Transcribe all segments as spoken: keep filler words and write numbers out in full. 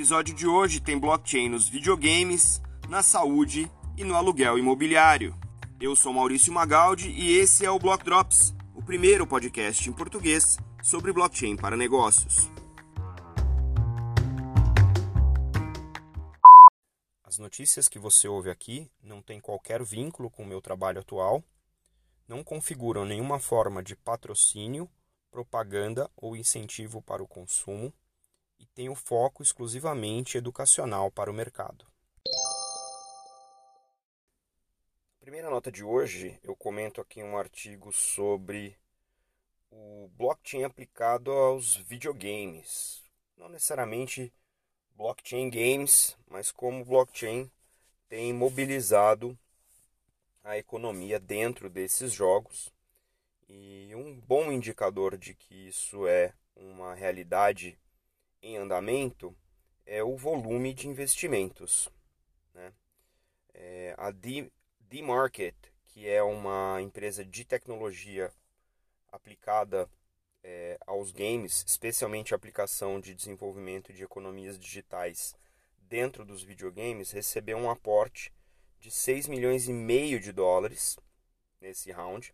episódio de hoje tem blockchain nos videogames, na saúde e no aluguel imobiliário. Eu sou Maurício Magaldi e esse é o Block Drops, o primeiro podcast em português sobre blockchain para negócios. As notícias que você ouve aqui não têm qualquer vínculo com o meu trabalho atual, não configuram nenhuma forma de patrocínio, propaganda ou incentivo para o consumo e têm o foco exclusivamente educacional para o mercado. Na primeira nota de hoje, eu comento aqui um artigo sobre o blockchain aplicado aos videogames. Não necessariamente blockchain games, mas como o blockchain tem mobilizado a economia dentro desses jogos. E um bom indicador de que isso é uma realidade em andamento é o volume de investimentos, né? É, a D-Market, que é uma empresa de tecnologia aplicada é, aos games, especialmente a aplicação de desenvolvimento de economias digitais dentro dos videogames, recebeu um aporte de seis milhões e meio de dólares nesse round.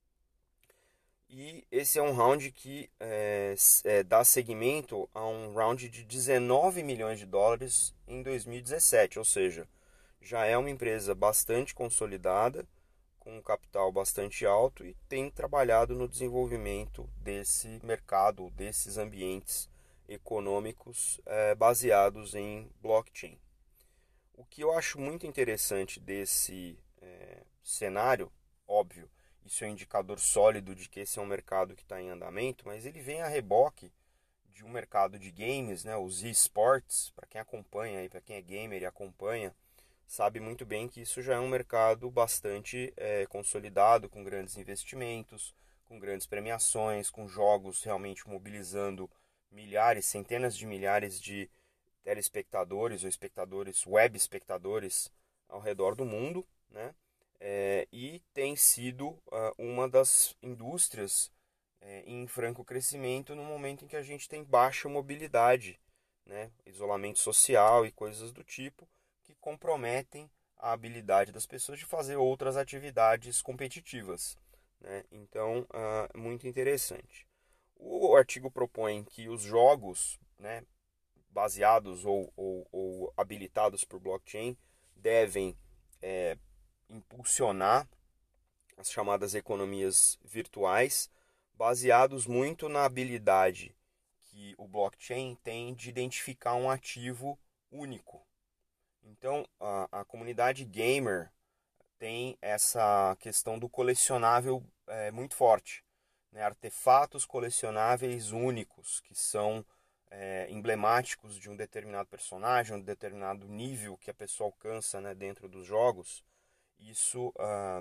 E esse é um round que é, é, dá seguimento a um round de dezenove milhões de dólares em dois mil e dezessete, ou seja, já é uma empresa bastante consolidada, com um capital bastante alto e tem trabalhado no desenvolvimento desse mercado, desses ambientes econômicos é, baseados em blockchain. O que eu acho muito interessante desse é, cenário, óbvio, isso é um indicador sólido de que esse é um mercado que está em andamento, mas ele vem a reboque de um mercado de games, né, os eSports. Para quem acompanha, para quem é gamer e acompanha, sabe muito bem que isso já é um mercado bastante é, consolidado, com grandes investimentos, com grandes premiações, com jogos realmente mobilizando milhares, centenas de milhares de telespectadores ou espectadores, web espectadores ao redor do mundo, né? É, e tem sido uh, uma das indústrias é, em franco crescimento no momento em que a gente tem baixa mobilidade, né? Isolamento social e coisas do tipo que comprometem a habilidade das pessoas de fazer outras atividades competitivas, né? Então, uh, muito interessante. O artigo propõe que os jogos, né, baseados ou, ou, ou habilitados por blockchain devem é, impulsionar as chamadas economias virtuais, baseados muito na habilidade que o blockchain tem de identificar um ativo único. Então, a, a comunidade gamer tem essa questão do colecionável é, muito forte, né? Artefatos colecionáveis únicos, que são é, emblemáticos de um determinado personagem, um determinado nível que a pessoa alcança, né, dentro dos jogos. Isso uh,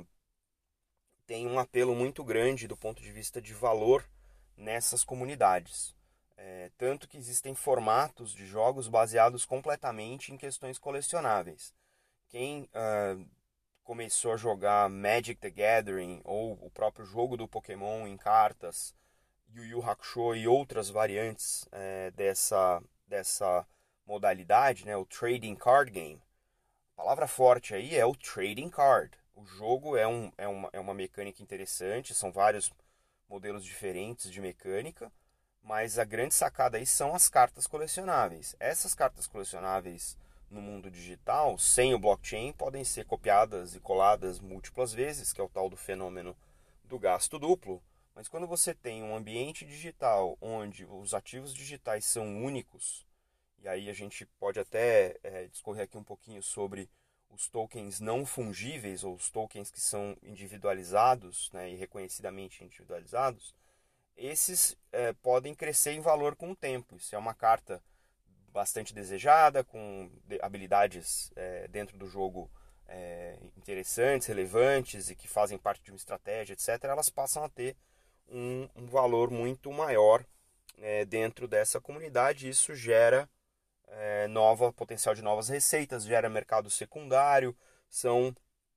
tem um apelo muito grande do ponto de vista de valor nessas comunidades. É, tanto que existem formatos de jogos baseados completamente em questões colecionáveis. Quem uh, começou a jogar Magic the Gathering ou o próprio jogo do Pokémon em cartas, Yu Yu Hakusho e outras variantes é, dessa, dessa modalidade, né, o Trading Card Game. A palavra forte aí é o Trading Card. O jogo é, um, é, uma, é uma mecânica interessante, são vários modelos diferentes de mecânica, mas a grande sacada aí são as cartas colecionáveis. Essas cartas colecionáveis no mundo digital, sem o blockchain, podem ser copiadas e coladas múltiplas vezes, que é o tal do fenômeno do gasto duplo. Mas quando você tem um ambiente digital onde os ativos digitais são únicos, e aí a gente pode até é, discorrer aqui um pouquinho sobre os tokens não fungíveis, ou os tokens que são individualizados, né, e reconhecidamente individualizados, esses é, podem crescer em valor com o tempo. Isso é uma carta bastante desejada, com habilidades é, dentro do jogo é, interessantes, relevantes e que fazem parte de uma estratégia, etcétera. Elas passam a ter um, um valor muito maior é, dentro dessa comunidade. Isso gera É, nova, potencial de novas receitas, gera mercado secundário, são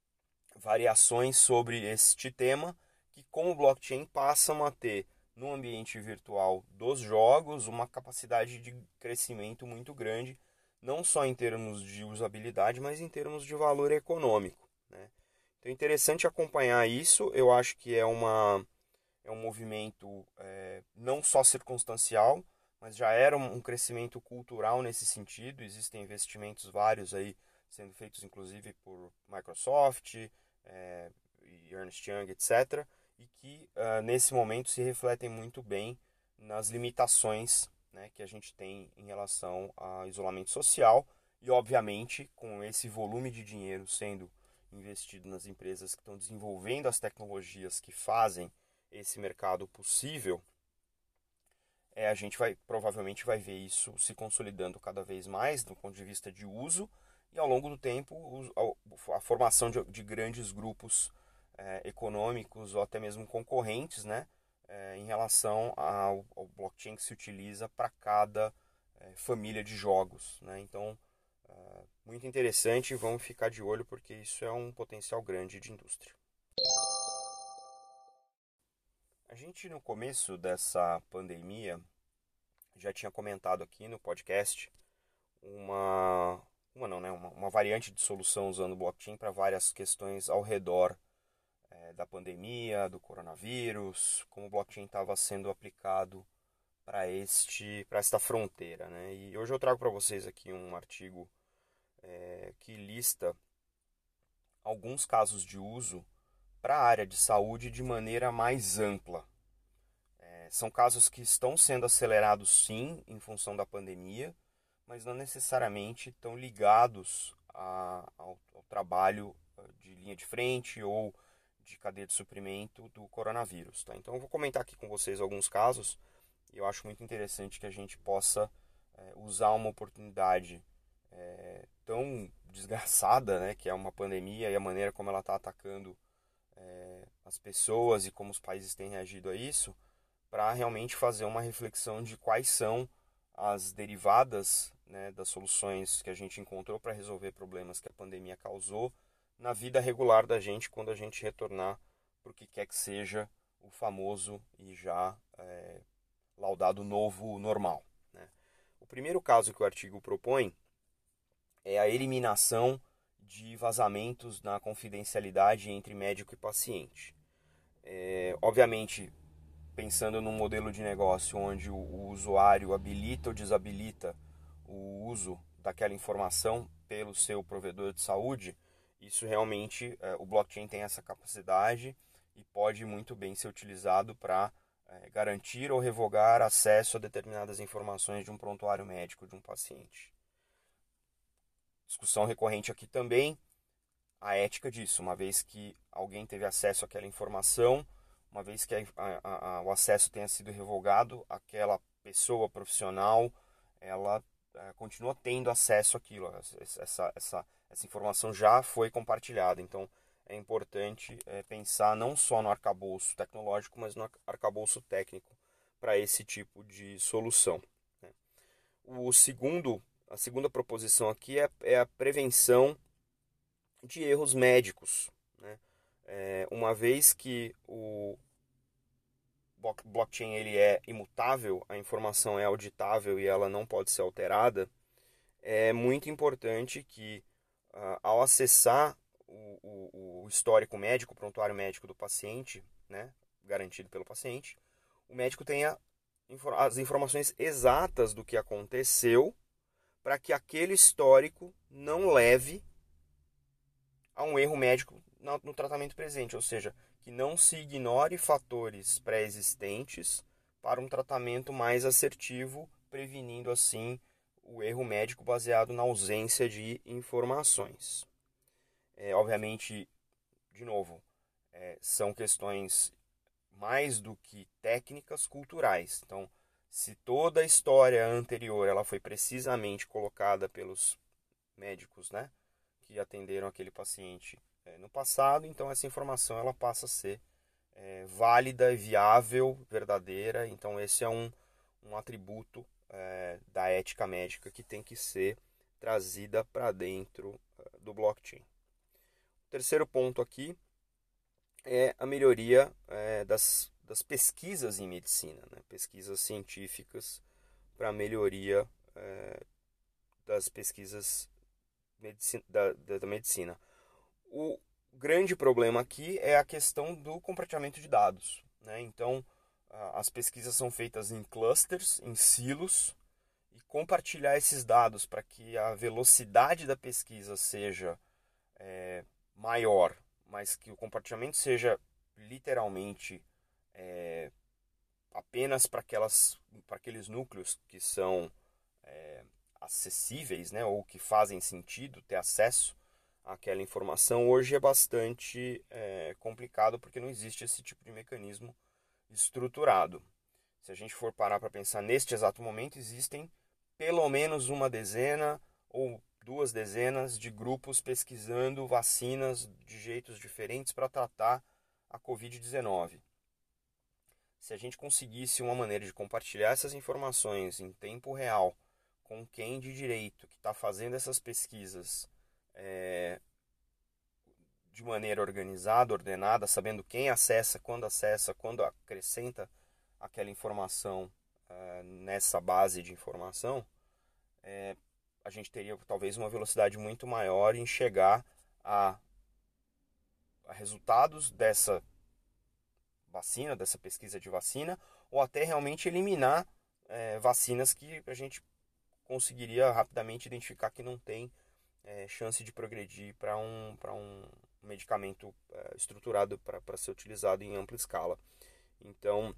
variações sobre este tema que com o blockchain passam a ter no ambiente virtual dos jogos uma capacidade de crescimento muito grande, não só em termos de usabilidade, mas em termos de valor econômico, né? Então é interessante acompanhar isso. Eu acho que é, uma, é um movimento é, não só circunstancial, mas já era um, um crescimento cultural nesse sentido. Existem investimentos vários aí sendo feitos inclusive por Microsoft, é, e Ernst Young, etcétera, e que uh, nesse momento se refletem muito bem nas limitações, né, que a gente tem em relação ao isolamento social e, obviamente, com esse volume de dinheiro sendo investido nas empresas que estão desenvolvendo as tecnologias que fazem esse mercado possível, é, a gente vai provavelmente vai ver isso se consolidando cada vez mais do ponto de vista de uso e ao longo do tempo a, a formação de, de grandes grupos é, econômicos ou até mesmo concorrentes, né, é, em relação ao, ao blockchain que se utiliza para cada é, família de jogos, né? Então, é, muito interessante, vamos ficar de olho porque isso é um potencial grande de indústria. A gente no começo dessa pandemia já tinha comentado aqui no podcast uma, uma não, né, uma, uma variante de solução usando blockchain para várias questões ao redor é, da pandemia, do coronavírus, como o blockchain estava sendo aplicado para este, para esta fronteira, né? E hoje eu trago para vocês aqui um artigo é, que lista alguns casos de uso para a área de saúde de maneira mais ampla. É, são casos que estão sendo acelerados sim em função da pandemia, mas não necessariamente estão ligados a, ao, ao trabalho de linha de frente ou de cadeia de suprimento do coronavírus. Tá? Então eu vou comentar aqui com vocês alguns casos e eu acho muito interessante que a gente possa é, usar uma oportunidade é, tão desgraçada, né, que é uma pandemia e a maneira como ela está atacando é, as pessoas e como os países têm reagido a isso, para realmente fazer uma reflexão de quais são as derivadas, né, das soluções que a gente encontrou para resolver problemas que a pandemia causou na vida regular da gente quando a gente retornar para o que quer que seja o famoso e já é, laudado novo normal. Né? O primeiro caso que o artigo propõe é a eliminação de vazamentos na confidencialidade entre médico e paciente. É, obviamente, pensando num modelo de negócio onde o, o usuário habilita ou desabilita o uso daquela informação pelo seu provedor de saúde, isso realmente, é, o blockchain tem essa capacidade e pode muito bem ser utilizado para é, garantir ou revogar acesso a determinadas informações de um prontuário médico de um paciente. Discussão recorrente aqui também, a ética disso, uma vez que alguém teve acesso àquela informação, uma vez que a, a, a, o acesso tenha sido revogado, aquela pessoa profissional, ela é, continua tendo acesso àquilo, essa, essa, essa informação já foi compartilhada, então é importante é, pensar não só no arcabouço tecnológico, mas no arcabouço técnico para esse tipo de solução. Né? O segundo, a segunda proposição aqui é, é a prevenção de erros médicos. Né? É, uma vez que o blockchain ele é imutável, a informação é auditável e ela não pode ser alterada, é muito importante que uh, ao acessar o, o, o histórico médico, o prontuário médico do paciente, né, garantido pelo paciente, o médico tenha as informações exatas do que aconteceu para que aquele histórico não leve a um erro médico no tratamento presente, ou seja, que não se ignore fatores pré-existentes para um tratamento mais assertivo, prevenindo assim o erro médico baseado na ausência de informações. É, obviamente, de novo, é, são questões mais do que técnicas culturais. Então, se toda a história anterior ela foi precisamente colocada pelos médicos, né, que atenderam aquele paciente é, no passado, então essa informação ela passa a ser é, válida, viável, verdadeira. Então esse é um, um atributo é, da ética médica que tem que ser trazida para dentro é, do blockchain. O terceiro ponto aqui é a melhoria é, das, das pesquisas em medicina, né? Pesquisas científicas para melhoria é, das pesquisas medici- da, da, da medicina. O grande problema aqui é a questão do compartilhamento de dados, né? Então, as pesquisas são feitas em clusters, em silos, e compartilhar esses dados para que a velocidade da pesquisa seja é, maior, mas que o compartilhamento seja literalmente é, apenas para aquelas para aqueles núcleos que são é, acessíveis, né, ou que fazem sentido ter acesso àquela informação, hoje é bastante é, complicado porque não existe esse tipo de mecanismo estruturado. Se a gente for parar para pensar neste exato momento, existem pelo menos uma dezena ou duas dezenas de grupos pesquisando vacinas de jeitos diferentes para tratar a covid dezenove. Se a gente conseguisse uma maneira de compartilhar essas informações em tempo real com quem de direito que está fazendo essas pesquisas é, de maneira organizada, ordenada, sabendo quem acessa, quando acessa, quando acrescenta aquela informação é, nessa base de informação, é, a gente teria talvez uma velocidade muito maior em chegar a, a resultados dessa vacina, dessa pesquisa de vacina, ou até realmente eliminar é, vacinas que a gente conseguiria rapidamente identificar que não tem é, chance de progredir para um, para um medicamento é, estruturado para ser utilizado em ampla escala. Então,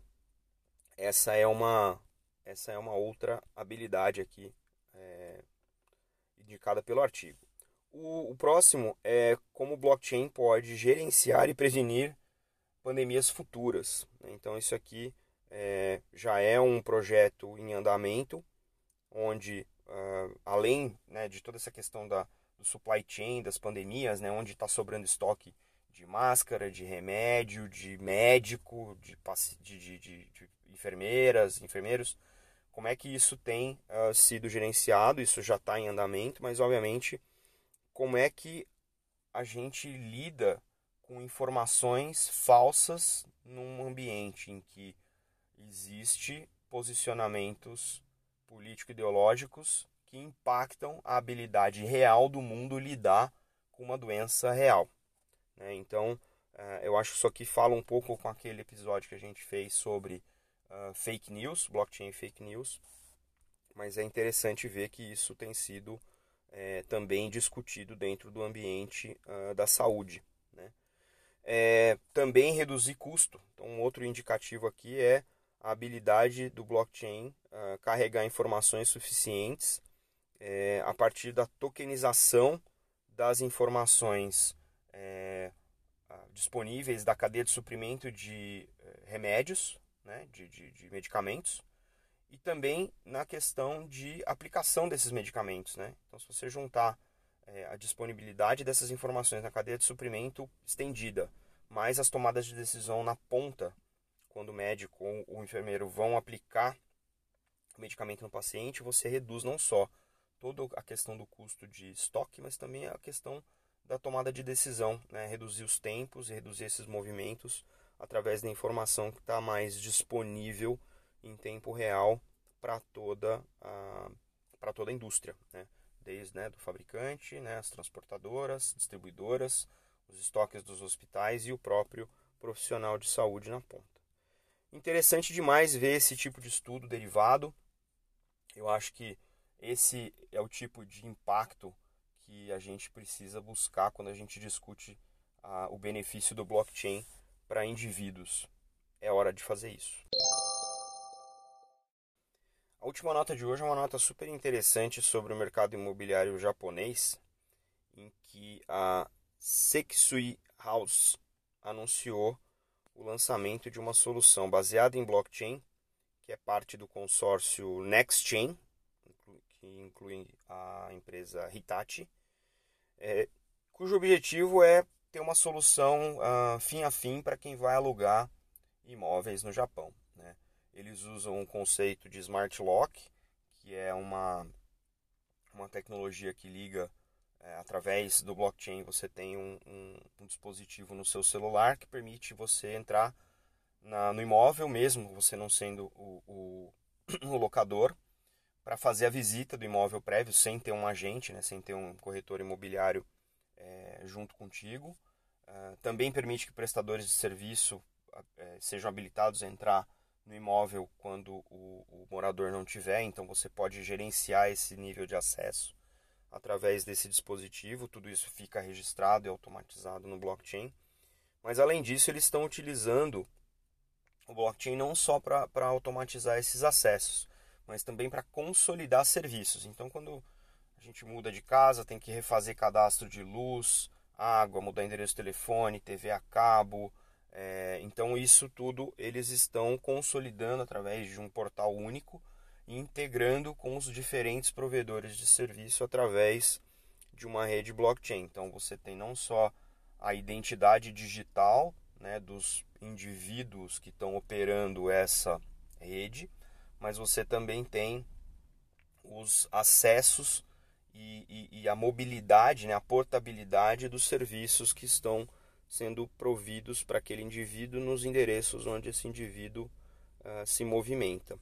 essa é uma, essa é uma outra habilidade aqui é, indicada pelo artigo. O, o próximo é como o blockchain pode gerenciar e prevenir pandemias futuras. Então, isso aqui é, já é um projeto em andamento, onde, uh, além né, de toda essa questão da, do supply chain, das pandemias, né, onde está sobrando estoque de máscara, de remédio, de médico, de, de, de, de, de enfermeiras, enfermeiros, como é que isso tem uh, sido gerenciado? Isso já está em andamento, mas, obviamente, como é que a gente lida com informações falsas num ambiente em que existe posicionamentos político-ideológicos que impactam a habilidade real do mundo lidar com uma doença real. Então, eu acho que isso aqui fala um pouco com aquele episódio que a gente fez sobre uh, fake news, blockchain e fake news, mas é interessante ver que isso tem sido é, também discutido dentro do ambiente uh, da saúde. Né? É, também reduzir custo. Então, um outro indicativo aqui é a habilidade do blockchain uh, carregar informações suficientes é, a partir da tokenização das informações é, disponíveis da cadeia de suprimento de é, remédios, né, de, de, de medicamentos, e também na questão de aplicação desses medicamentos. Né? Então, se você juntar é, a disponibilidade dessas informações na cadeia de suprimento estendida, mais as tomadas de decisão na ponta, quando o médico ou o enfermeiro vão aplicar o medicamento no paciente, você reduz não só toda a questão do custo de estoque, mas também a questão da tomada de decisão, né? Reduzir os tempos e reduzir esses movimentos através da informação que está mais disponível em tempo real para toda a para toda a indústria, né? Desde né, do fabricante, né, as transportadoras, distribuidoras, os estoques dos hospitais e o próprio profissional de saúde na ponta. Interessante demais ver esse tipo de estudo derivado. Eu acho que esse é o tipo de impacto que a gente precisa buscar quando a gente discute ah, o benefício do blockchain para indivíduos. É hora de fazer isso. A última nota de hoje é uma nota super interessante sobre o mercado imobiliário japonês, em que a Sekisui House anunciou o lançamento de uma solução baseada em blockchain, que é parte do consórcio NextChain, que inclui a empresa Hitachi, é, cujo objetivo é ter uma solução uh, fim a fim para quem vai alugar imóveis no Japão. Né? Eles usam o conceito de Smart Lock, que é uma, uma tecnologia que liga é, através do blockchain. Você tem um, um, um dispositivo no seu celular que permite você entrar na, no imóvel, mesmo você não sendo o, o, o locador, para fazer a visita do imóvel prévio sem ter um agente, né, sem ter um corretor imobiliário é, junto contigo. Uh, também permite que prestadores de serviço é, sejam habilitados a entrar no imóvel quando o, o morador não tiver, então você pode gerenciar esse nível de acesso através desse dispositivo. Tudo isso fica registrado e automatizado no blockchain. Mas além disso, eles estão utilizando o blockchain não só para automatizar esses acessos, mas também para consolidar serviços. Então, quando a gente muda de casa, tem que refazer cadastro de luz, água, mudar endereço de telefone, T V a cabo. É, então, isso tudo eles estão consolidando através de um portal único e integrando com os diferentes provedores de serviço através de uma rede blockchain. Então, você tem não só a identidade digital, né, dos indivíduos que estão operando essa rede, mas você também tem os acessos e, e, e a mobilidade, né, a portabilidade dos serviços que estão sendo providos para aquele indivíduo nos endereços onde esse indivíduo uh, se movimenta.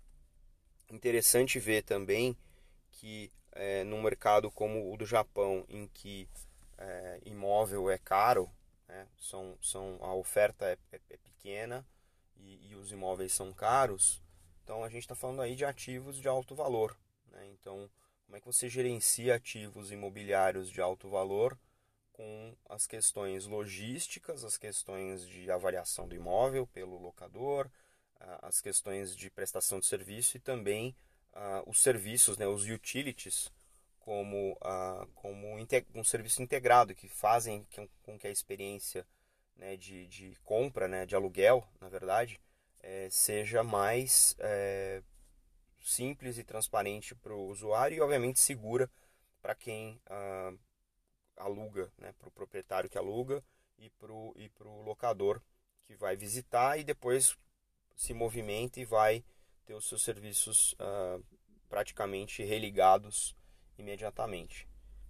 Interessante ver também que é, num mercado como o do Japão, em que é, imóvel é caro, né, são, são, a oferta é, é, é pequena e, e os imóveis são caros, então a gente está falando aí de ativos de alto valor. Né? Então, como é que você gerencia ativos imobiliários de alto valor com as questões logísticas, as questões de avaliação do imóvel pelo locador, as questões de prestação de serviço e também uh, os serviços, né, os utilities, como, uh, como um serviço integrado que fazem com que a experiência, né, de, de compra, né, de aluguel, na verdade, é, seja mais é, simples e transparente para o usuário e, obviamente, segura para quem uh, aluga, né, para o proprietário que aluga e para o e pro locador que vai visitar e depois se movimenta e vai ter os seus serviços uh, praticamente religados imediatamente.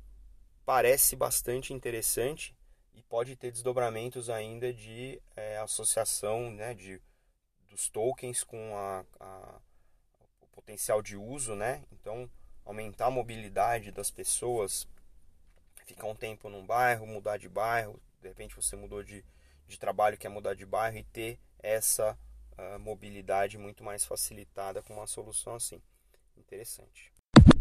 Parece bastante interessante e pode ter desdobramentos ainda de é, associação, né, de, dos tokens com a, a, o potencial de uso, né? Então, aumentar a mobilidade das pessoas, ficar um tempo num bairro, mudar de bairro, de repente você mudou de, de trabalho, quer mudar de bairro e ter essa a mobilidade muito mais facilitada com uma solução assim. Interessante.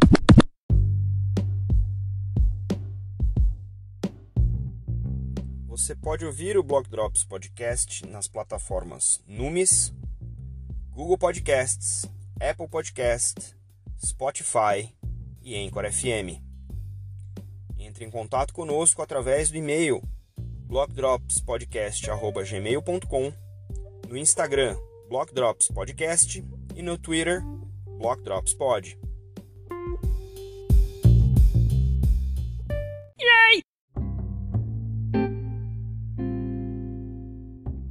Você pode ouvir o Block Drops Podcast nas plataformas Numis, Google Podcasts, Apple Podcasts, Spotify e Anchor F M. Entre em contato conosco através do e-mail block drops podcast arroba gmail ponto com, no Instagram Block Drops Podcast e no Twitter Block Drops Pod.